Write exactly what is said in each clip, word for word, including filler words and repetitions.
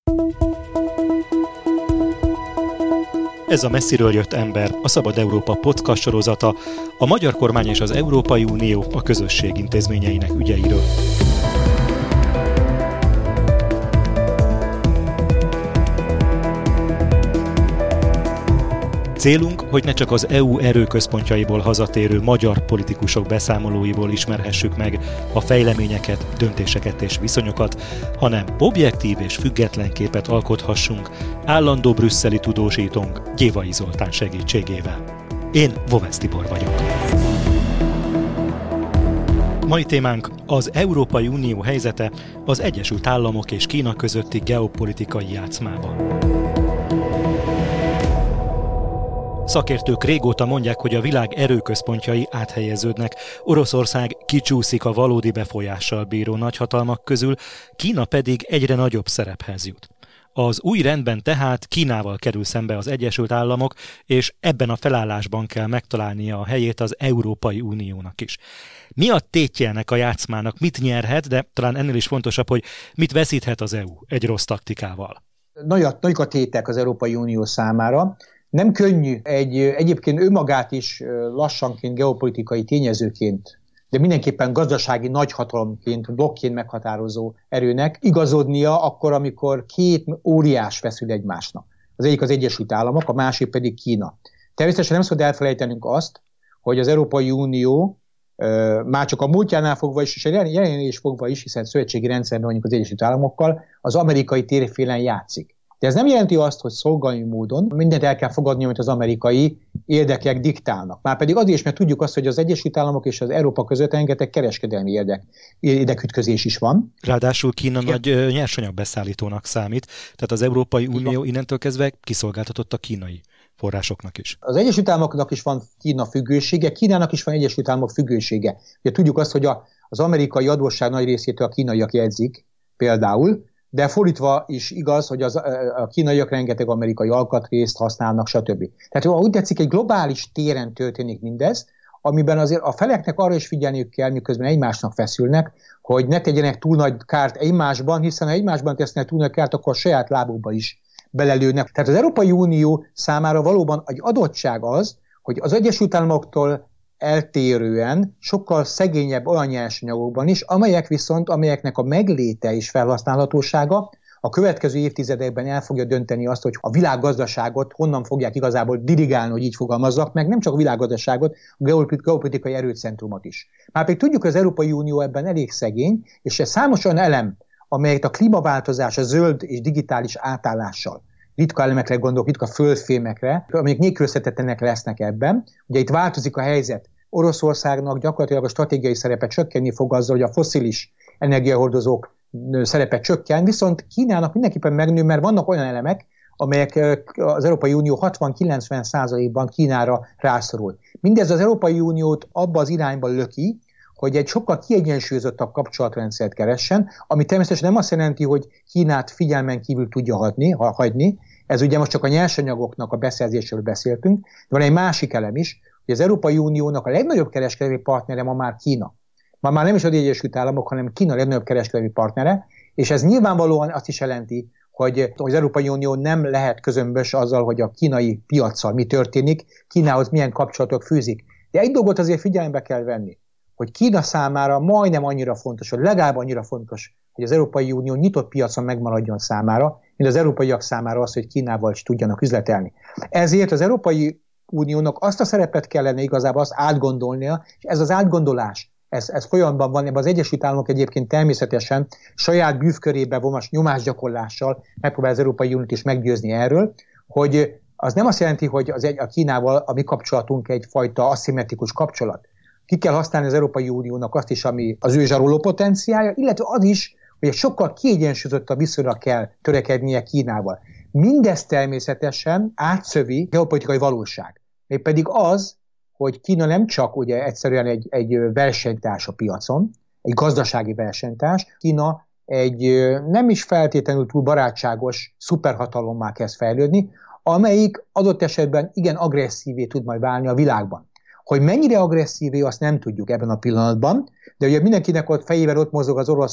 Ez a Messziről jött ember, a Szabad Európa podcast sorozata, a magyar kormány és az Európai Unió a közösség intézményeinek ügyeiről. Célunk, hogy ne csak az é u erőközpontjaiból hazatérő magyar politikusok beszámolóiból ismerhessük meg a fejleményeket, döntéseket és viszonyokat, hanem objektív és független képet alkothassunk állandó brüsszeli tudósítónk Gyévai Zoltán segítségével. Én Vovesz Tibor vagyok. Mai témánk az Európai Unió helyzete az Egyesült Államok és Kína közötti geopolitikai játszmában. Szakértők régóta mondják, hogy a világ erőközpontjai áthelyeződnek. Oroszország kicsúszik a valódi befolyással bíró nagyhatalmak közül, Kína pedig egyre nagyobb szerephez jut. Az új rendben tehát Kínával kerül szembe az Egyesült Államok, és ebben a felállásban kell megtalálnia a helyét az Európai Uniónak is. Mi a tétje ennek a játszmának, mit nyerhet, de talán ennél is fontosabb, hogy mit veszíthet az é u egy rossz taktikával? Nagy a, nagy a tétek az Európai Unió számára. Nem könnyű egy egyébként önmagát is lassanként geopolitikai tényezőként, de mindenképpen gazdasági nagyhatalomként, blokként meghatározó erőnek igazodnia akkor, amikor két óriás feszül egymásnak. Az egyik az Egyesült Államok, a másik pedig Kína. Természetesen nem szabad elfelejtenünk azt, hogy az Európai Unió már csak a múltjánál fogva is, és a jelenén is fogva is, hiszen szövetségi rendszerben mondjuk az Egyesült Államokkal, az amerikai térfélen játszik. De ez nem jelenti azt, hogy szolgálmi módon mindent el kell fogadni, amit az amerikai érdekek diktálnak. Márpedig azért is, mert tudjuk azt, hogy az Egyesült Államok és az Európa között rengeteg kereskedelmi érdek, érdekütközés is van. Ráadásul Kína nagy nyersanyagbeszállítónak számít, tehát az Európai Unió innentől kezdve kiszolgáltatott a kínai forrásoknak is. Az Egyesült Államoknak is van Kína függősége, Kínának is van Egyesült Államok függősége. Ugye tudjuk azt, hogy a, az amerikai adósság nagy részét a kínaiak jegyzik például, de fordítva is igaz, hogy az, a kínaiak rengeteg amerikai alkatrészt használnak, stb. Tehát úgy tetszik, egy globális téren történik mindez, amiben azért a feleknek arra is figyelniük kell, miközben egymásnak feszülnek, hogy ne tegyenek túl nagy kárt egymásban, hiszen ha egymásban tesznek túl nagy kárt, akkor a saját lábukba is belelőnek. Tehát az Európai Unió számára valóban egy adottság az, hogy az Egyesült Államoktól eltérően sokkal szegényebb olyan nyersanyagokban is, amelyek viszont, amelyeknek a megléte és felhasználhatósága a következő évtizedekben el fogja dönteni azt, hogy a világgazdaságot honnan fogják igazából dirigálni, hogy így fogalmazzak meg, nem csak a világgazdaságot, a geopolitikai erőcentrumot is. Márpedig tudjuk, hogy az Európai Unió ebben elég szegény, és ez számos olyan elem, amelyet a klímaváltozás, a zöld és digitális átállással, ritka elemekre gondolok, ritka földfémekre, amelyek nélkülözhetetlenek lesznek ebben. Ugye itt változik a helyzet. Oroszországnak gyakorlatilag a stratégiai szerepe csökkenni fog azzal, hogy a fosszilis energiahordozók szerepe csökken, viszont Kínának mindenképpen megnő, mert vannak olyan elemek, amelyek az Európai Unió hatvan-kilencven százalékban Kínára rászorul. Mindez az Európai Uniót abba az irányba löki, hogy egy sokkal kiegyensúlyozottabb kapcsolatrendszert keressen, ami természetesen nem azt jelenti, hogy Kínát figyelmen kívül tudja hagyni, ha hagyni. Ez ugye most csak a nyersanyagoknak a beszerzésről beszéltünk, de van egy másik elem is, hogy az Európai Uniónak a legnagyobb kereskedelmi partnere ma már Kína. Ma már nem is az Egyesült Államok, hanem Kína a legnagyobb kereskedelmi partnere, és ez nyilvánvalóan azt is jelenti, hogy az Európai Unió nem lehet közömbös azzal, hogy a kínai piaccal mi történik, Kínához milyen kapcsolatok fűzik. De egy dolgot azért figyelembe kell venni, hogy Kína számára majdnem annyira fontos, vagy legalább annyira fontos, hogy az Európai Unió nyitott piacon megmaradjon számára, mint az európaiak számára az, hogy Kínával is tudjanak üzletelni. Ezért az Európai Uniónak azt a szerepet kellene igazából azt átgondolnia, és ez az átgondolás, ez, ez folyamatban van, ebben az Egyesült Államok egyébként természetesen saját bűvkörébe vonas nyomásgyakorlással megpróbál az Európai Uniót is meggyőzni erről, hogy az nem azt jelenti, hogy az egy, a Kínával a mi kapcsolatunk egyfajta aszimmetrikus kapcsolat. Ki kell használni az Európai Uniónak azt is, ami az ő zsaroló potenciálja, illetve az is, hogy sokkal kiegyensúlyozottabb viszonyra kell törekednie Kínával. Mindez természetesen átszövi geopolitikai valóság. Mégpedig az, hogy Kína nem csak ugye egyszerűen egy, egy versenytárs a piacon, egy gazdasági versenytárs, Kína egy nem is feltétlenül túl barátságos szuperhatalommá kezd fejlődni, amelyik adott esetben igen agresszívé tud majd válni a világban. Hogy mennyire agresszívé, azt nem tudjuk ebben a pillanatban, de ugye mindenkinek ott fejével ott mozog az orosz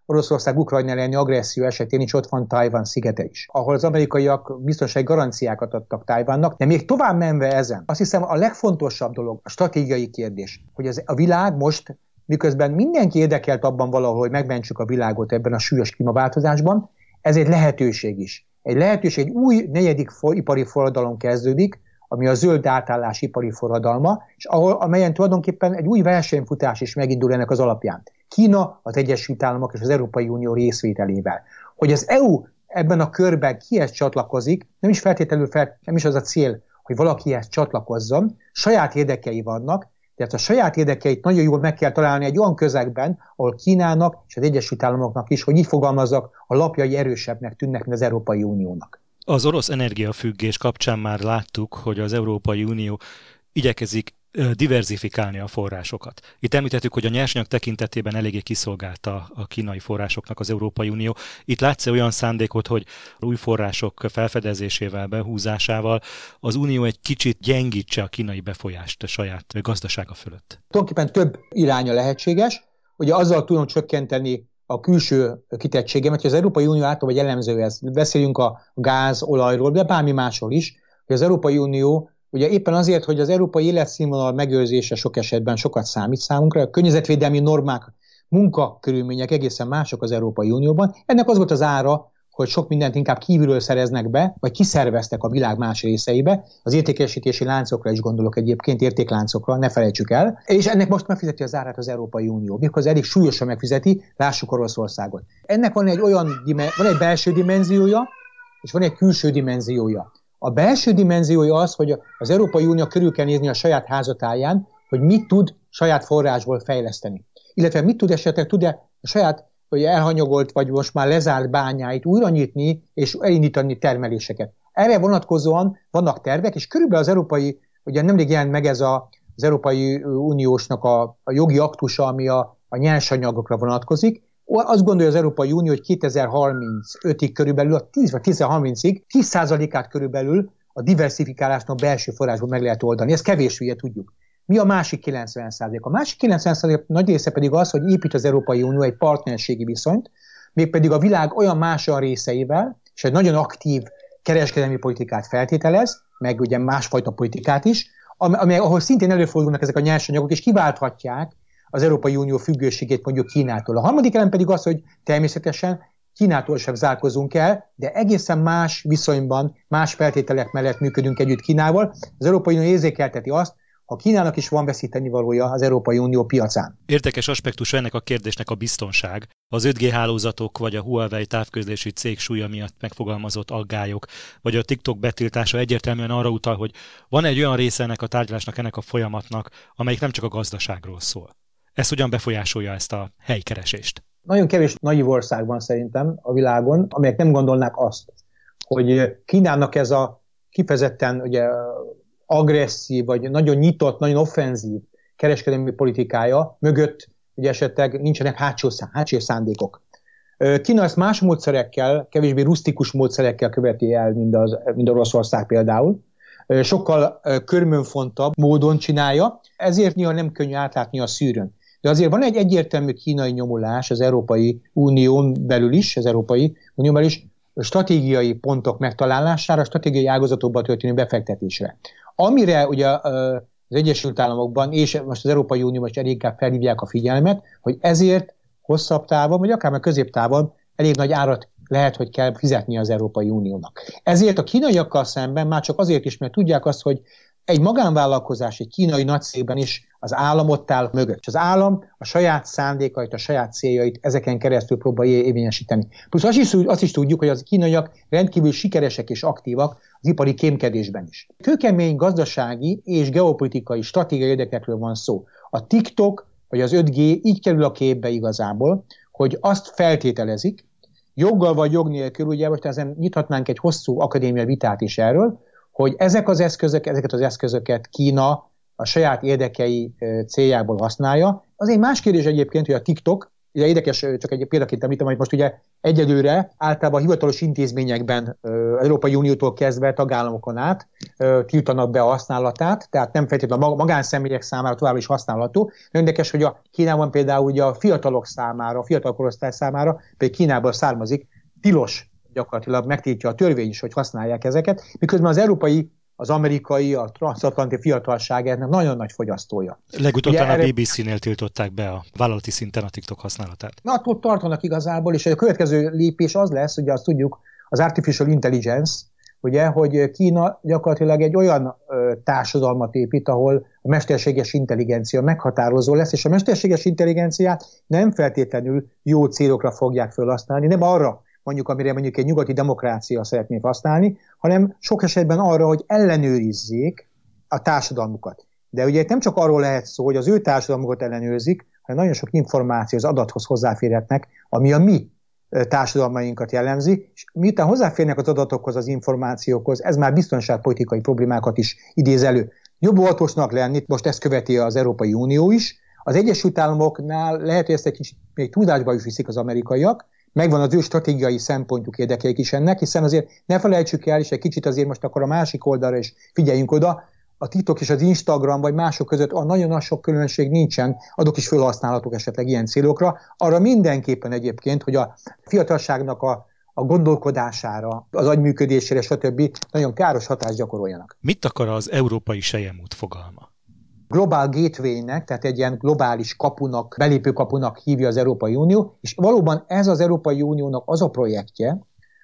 Oroszország Ukrajna elleni agresszió esetén is ott van Tajvan szigete is, ahol az amerikaiak biztonsági garanciákat adtak Tajvannak, de még tovább menve ezen, azt hiszem a legfontosabb dolog, a stratégiai kérdés, hogy az, a világ most, miközben mindenki érdekelt abban valahol, hogy megmentsük a világot ebben a súlyos klímaváltozásban, ez egy lehetőség is. Egy lehetőség, egy új negyedik for, ipari forradalom kezdődik, ami a zöld átállás ipari forradalma, és ahol, amelyen tulajdonképpen egy új versenyfutás is megindul ennek az alapján. Kína, az Egyesült Államok és az Európai Unió részvételével. Hogy az é u ebben a körben kihez csatlakozik, nem is feltétlenül fel, nem is az a cél, hogy valakihez csatlakozzon, saját érdekei vannak, tehát a saját érdekeit nagyon jól meg kell találni egy olyan közegben, ahol Kínának és az Egyesült Államoknak is, hogy így fogalmazzak, a lapjai erősebbnek tűnnek, mint az Európai Uniónak. Az orosz energiafüggés kapcsán már láttuk, hogy az Európai Unió igyekezik diverzifikálni a forrásokat. Itt említettük, hogy a nyersanyag tekintetében eléggé kiszolgálta a kínai forrásoknak az Európai Unió. Itt látsz olyan szándékot, hogy új források felfedezésével, behúzásával az Unió egy kicsit gyengítse a kínai befolyást a saját gazdasága fölött? Tulajdonképpen több iránya lehetséges, hogy azzal tudunk csökkenteni a külső kitettségemet, hogy az Európai Unió által vagy jellemző ez. Beszéljünk a gáz, olajról, de bármi másról is, hogy az Európai Unió ugye éppen azért, hogy az európai életszínvonal megőrzése sok esetben sokat számít számunkra, a környezetvédelmi normák, munkakörülmények egészen mások az Európai Unióban. Ennek az volt az ára, hogy sok mindent inkább kívülről szereznek be, vagy kiszerveztek a világ más részeibe. Az értékesítési láncokra is gondolok egyébként, értékláncokra, ne felejtsük el. És ennek most megfizeti az árát az Európai Unió. Mikor elég súlyosan megfizeti, lássuk Oroszországot. Ennek van egy olyan, van egy belső dimenziója, és van egy külső dimenziója. A belső dimenziója az, hogy az Európai Unió körül kell nézni a saját házatáján, hogy mit tud saját forrásból fejleszteni. Illetve mit tud esetleg, tud-e a saját vagy elhanyagolt, vagy most már lezárt bányáit újra nyitni, és elindítani termeléseket. Erre vonatkozóan vannak tervek, és körülbelül az európai, ugye nemrég jelent meg ez a, az Európai Uniósnak a, a jogi aktusa, ami a, a nyersanyagokra vonatkozik. Azt gondolja az Európai Unió, hogy kétezer-harmincötig körülbelül, a tíz vagy kétezer-harmincig tíz százalékát körülbelül a diversifikálásnak belső forrásból meg lehet oldani. Ez kevés, ugye tudjuk. Mi a másik kilencven százalék? A másik kilencven százalék nagy része pedig az, hogy épít az Európai Unió egy partnerségi viszonyt, mégpedig a világ olyan más olyan részeivel, és egy nagyon aktív kereskedelmi politikát feltételez, meg ugye másfajta politikát is, amely, ahol szintén előfordulnak ezek a nyersanyagok, és kiválthatják az Európai Unió függőségét mondjuk Kínától. A harmadik elem pedig az, hogy természetesen Kínától sem zárkozunk el, de egészen más viszonyban, más feltételek mellett működünk együtt Kínával. Az Európai Unió érzékelteti azt, ha Kínának is van veszítenivalója az Európai Unió piacán. Érdekes aspektus ennek a kérdésnek a biztonság. Az öt G hálózatok vagy a Huawei távközlési cég súlya miatt megfogalmazott aggályok, vagy a TikTok betiltása egyértelműen arra utal, hogy van egy olyan része ennek a tárgyalásnak, ennek a folyamatnak, amelyik nem csak a gazdaságról szól. Ez hogyan befolyásolja ezt a helykeresést? Nagyon kevés naív ország van szerintem a világon, amelyek nem gondolnák azt, hogy Kínának ez a kifejezetten ugye, agresszív, vagy nagyon nyitott, nagyon offenzív kereskedelmi politikája mögött ugye esetleg nincsenek hátsó, hátsó szándékok. Kína ezt más módszerekkel, kevésbé rusztikus módszerekkel követi el, mint, az, mint Oroszország például. Sokkal körmönfontabb módon csinálja, ezért nyilván nem könnyű átlátni a szűrőn. De azért van egy egyértelmű kínai nyomulás az Európai Unión belül is, az Európai Unión belül is, stratégiai pontok megtalálására, stratégiai ágazatokba történő befektetésre. Amire ugye az Egyesült Államokban és most az Európai Unióban is elég inkább felhívják a figyelmet, hogy ezért hosszabb távon, vagy akár középtávon elég nagy árat lehet, hogy kell fizetni az Európai Uniónak. Ezért a kínaiakkal szemben már csak azért is, mert tudják azt, hogy egy magánvállalkozás, egy kínai nagycégben is az állam ott áll mögött. És az állam a saját szándékait, a saját céljait ezeken keresztül próbálja érvényesíteni. Plusz azt is, azt is tudjuk, hogy az kínaiak rendkívül sikeresek és aktívak az ipari kémkedésben is. Kőkemény gazdasági és geopolitikai stratégiai érdekekről van szó. A TikTok vagy az öt G így kerül a képbe igazából, hogy azt feltételezik, joggal vagy jog nélkül, ugye most ezen nyithatnánk egy hosszú akadémiai vitát is erről, hogy ezek az eszközök, ezeket az eszközöket Kína a saját érdekei céljából használja. Az egy más kérdés egyébként, hogy a TikTok Ugye érdekes, csak egy példaként említem, hogy most ugye egyelőre általában a hivatalos intézményekben az Európai Uniótól kezdve tagállamokon át tiltanak be a használatát, tehát nem feltétlenül a magánszemélyek számára tovább is használható. Érdekes, hogy a Kínában például ugye a fiatalok számára, a fiatal korosztály számára, például Kínából származik, tilos gyakorlatilag megtiltja a törvény is, hogy használják ezeket, miközben az európai, az amerikai, a transatlanti fiatalság ennek nagyon nagy fogyasztója. Legutóbb a bé bé cé-nél tiltották be a vállalati szinten a TikTok használatát. Na, attól tartanak igazából, és a következő lépés az lesz, ugye azt tudjuk, az artificial intelligence, ugye, hogy Kína gyakorlatilag egy olyan ö, társadalmat épít, ahol a mesterséges intelligencia meghatározó lesz, és a mesterséges intelligenciát nem feltétlenül jó célokra fogják felhasználni, nem arra, mondjuk amire mondjuk egy nyugati demokrácia szeretné használni, hanem sok esetben arra, hogy ellenőrizzék a társadalmukat. De ugye nem csak arról lehet szó, hogy az ő társadalmukat ellenőrzik, hanem nagyon sok információ az adathoz hozzáférhetnek, ami a mi társadalmainkat jellemzi, és miután hozzáférnek az adatokhoz, az információkhoz, ez már biztonságpolitikai problémákat is idéz elő. Jobb óvatosnak lenni, most ezt követi az Európai Unió is. Az Egyesült Államoknál lehet, hogy ezt egy kicsit még tudásba is viszik az amerikaiak, megvan az ő stratégiai szempontjuk, érdekeik is ennek, hiszen azért ne felejtsük el, és egy kicsit azért most akkor a másik oldalra is figyeljünk oda, a TikTok és az Instagram vagy mások között a nagyon sok különbség nincsen, azok is felhasználhatók esetleg ilyen célokra. Arra mindenképpen egyébként, hogy a fiatalságnak a, a gondolkodására, az agyműködésére, stb. Nagyon káros hatást gyakoroljanak. Mit akar az európai selyemút fogalma? Global Gateway-nek, tehát egy ilyen globális kapunak, belépő kapunak hívja az Európai Unió, és valóban ez az Európai Uniónak az a projektje,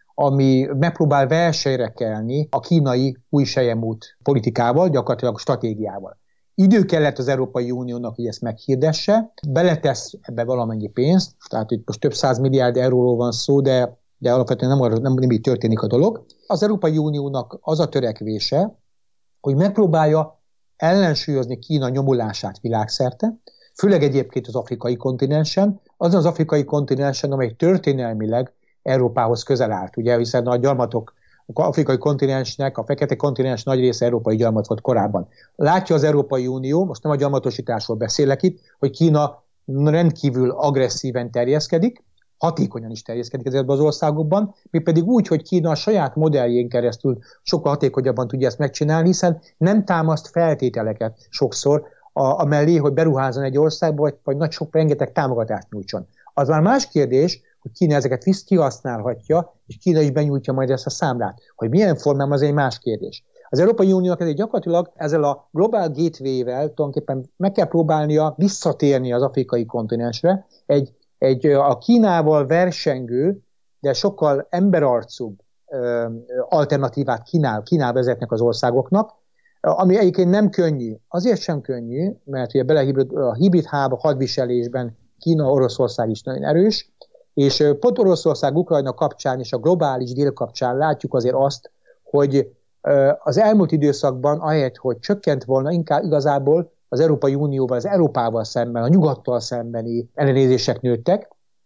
ami megpróbál versenyre kelni a kínai új selyemút politikával, gyakorlatilag stratégiával. Idő kellett az Európai Uniónak, hogy ezt meghirdesse, beletesz ebbe valamennyi pénzt, tehát itt most több száz milliárd euróról van szó, de, de alapvetően nem, nem, nem így történik a dolog. Az Európai Uniónak az a törekvése, hogy megpróbálja ellensúlyozni Kína nyomulását világszerte, főleg egyébként az afrikai kontinensen, azon az afrikai kontinensen, amely történelmileg Európához közel állt, ugye, hiszen a gyarmatok, az afrikai kontinensnek, a fekete kontinens nagy része európai gyarmat volt korábban. Látja az Európai Unió, most nem a gyarmatosításról beszélek itt, hogy Kína rendkívül agresszíven terjeszkedik, hatékonyan is terjeszkedik ezekben az országokban, mi pedig úgy, hogy Kína a saját modelljén keresztül sokkal hatékonyabban tudja ezt megcsinálni, hiszen nem támaszt feltételeket sokszor a, a mellé, hogy beruházzon egy országba, vagy, vagy nagy sok rengeteg támogatást nyújtson. Az már más kérdés, hogy Kína ezeket visz kihasználhatja, és Kína is benyújtja majd ezt a számlát. Hogy milyen formában, az egy más kérdés. Az Európai Uniónak ezért gyakorlatilag ezzel a Global Gateway-vel tulajdonképpen meg kell próbálnia visszatérni az afrikai kontinensre, egy, egy a Kínával versengő, de sokkal emberarcúbb ö, alternatívát kínál, kínál vezetnek az országoknak, ami egyébként nem könnyű. Azért sem könnyű, mert ugye belehibrid, a hibrid háború hadviselésben Kína, Oroszország is nagyon erős, és pont Oroszország, Ukrajna kapcsán és a globális dél kapcsán látjuk azért azt, hogy az elmúlt időszakban, ahelyett, hogy csökkent volna, inkább igazából az Európai Unióval, az Európával szemben, a nyugattal szembeni ellenézések nőttek,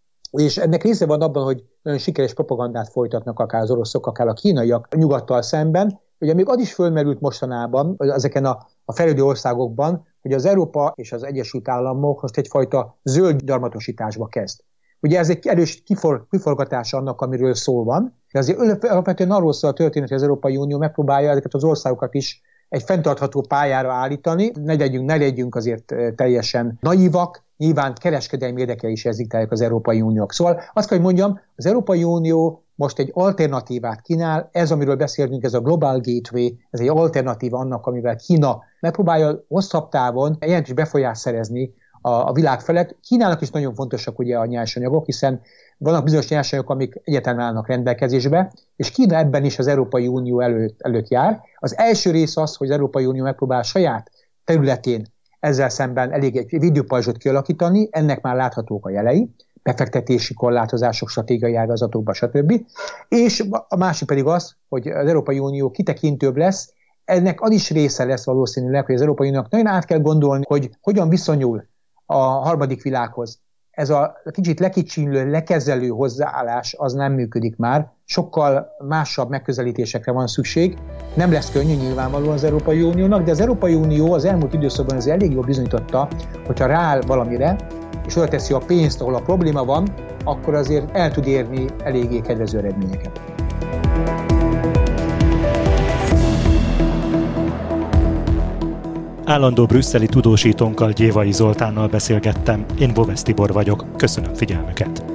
és ennek része van abban, hogy nagyon sikeres propagandát folytatnak akár az oroszok, akár a kínaiak a nyugattal szemben. Ugye még az is fölmerült mostanában ezeken a, a fejlődő országokban, hogy az Európa és az Egyesült Államok most egyfajta zöld gyarmatosításba kezd. Ugye ez egy erős kifor, kiforgatása annak, amiről szó van, de azért alapvetően arról szól a történet, hogy az Európai Unió megpróbálja ezeket az országokat is egy fenntartható pályára állítani. Ne legyünk, ne legyünk azért teljesen naívak, nyilván kereskedelmi érdekei is ezdiktálják az Európai Uniók. Szóval azt kell, hogy mondjam, az Európai Unió most egy alternatívát kínál, ez, amiről beszélünk, ez a Global Gateway, ez egy alternatíva annak, amivel Kína megpróbálja hosszabb távon jelentős befolyást szerezni a, a világ felett. Kínának is nagyon fontosak ugye a nyersanyagok, hiszen vannak bizonyos nyersanyagok, amik egyáltalán állnak rendelkezésbe, és Kína ebben is az Európai Unió előtt, előtt jár. Az első rész az, hogy az Európai Unió megpróbál saját területén ezzel szemben elég egy védőpajzsot kialakítani, ennek már láthatók a jelei, befektetési korlátozások, stratégiai ágazatokba, stb. És a másik pedig az, hogy az Európai Unió kitekintőbb lesz, ennek az is része lesz valószínűleg, hogy az Európai Uniónak nagyon át kell gondolni, hogy hogyan viszonyul a harmadik világhoz. Ez a kicsit lekicsinlő, lekezelő hozzáállás az nem működik már, sokkal másabb megközelítésekre van szükség. Nem lesz könnyű nyilvánvalóan az Európai Uniónak, de az Európai Unió az elmúlt időszakban ez elég jól bizonyította, hogyha rááll valamire, és oda teszi a pénzt, ahol a probléma van, akkor azért el tud érni eléggé kedvező eredményeket. Állandó brüsszeli tudósítónkkal, Gyévai Zoltánnal beszélgettem. Én Bovesz Tibor vagyok. Köszönöm figyelmüket!